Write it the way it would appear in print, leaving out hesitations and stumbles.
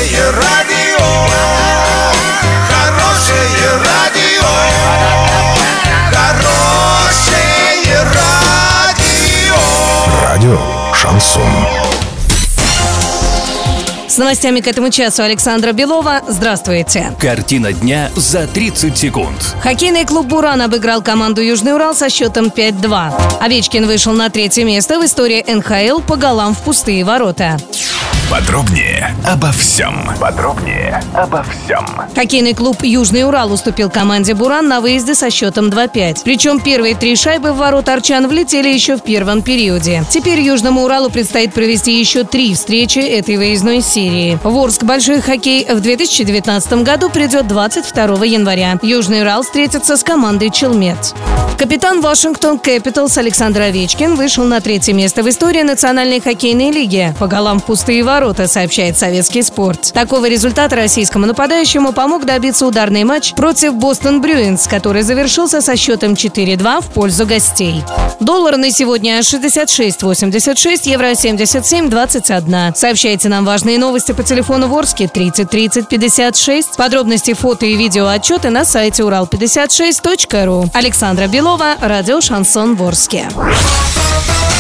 Хорошее радио, хорошее радио, хорошее радио. Радио «Шансон». С новостями к этому часу Александра Белова. Здравствуйте. Картина дня за 30 секунд. Хоккейный клуб «Буран» обыграл команду «Южный Урал» со счетом 5-2. Овечкин вышел на 3-е место в истории НХЛ по голам в пустые ворота. Подробнее обо всем. Хоккейный клуб «Южный Урал» уступил команде «Буран» на выезде со счетом 2-5. Причем первые 3 шайбы в ворота арчан влетели еще в первом периоде. Теперь Южному Уралу предстоит провести еще 3 встречи этой выездной серии. В Орск большой хоккей в 2019 году придет 22 января. Южный Урал встретится с командой «Челмет». Капитан Вашингтон Кэпиталс Александр Овечкин вышел на 3-е место в истории Национальной хоккейной лиги по голам в пустые ворота, сообщает Советский спорт. Такого результата российскому нападающему помог добиться ударный матч против Бостон Брюинс, который завершился со счетом 4-2 в пользу гостей. Доллар на сегодня 66.86, евро 77.21. Сообщайте нам важные новости по телефону в Орске 30 30 56. Подробности, фото и видео отчеты на сайте урал56.ру. Александра Белова, радио «Шансон» в Орске.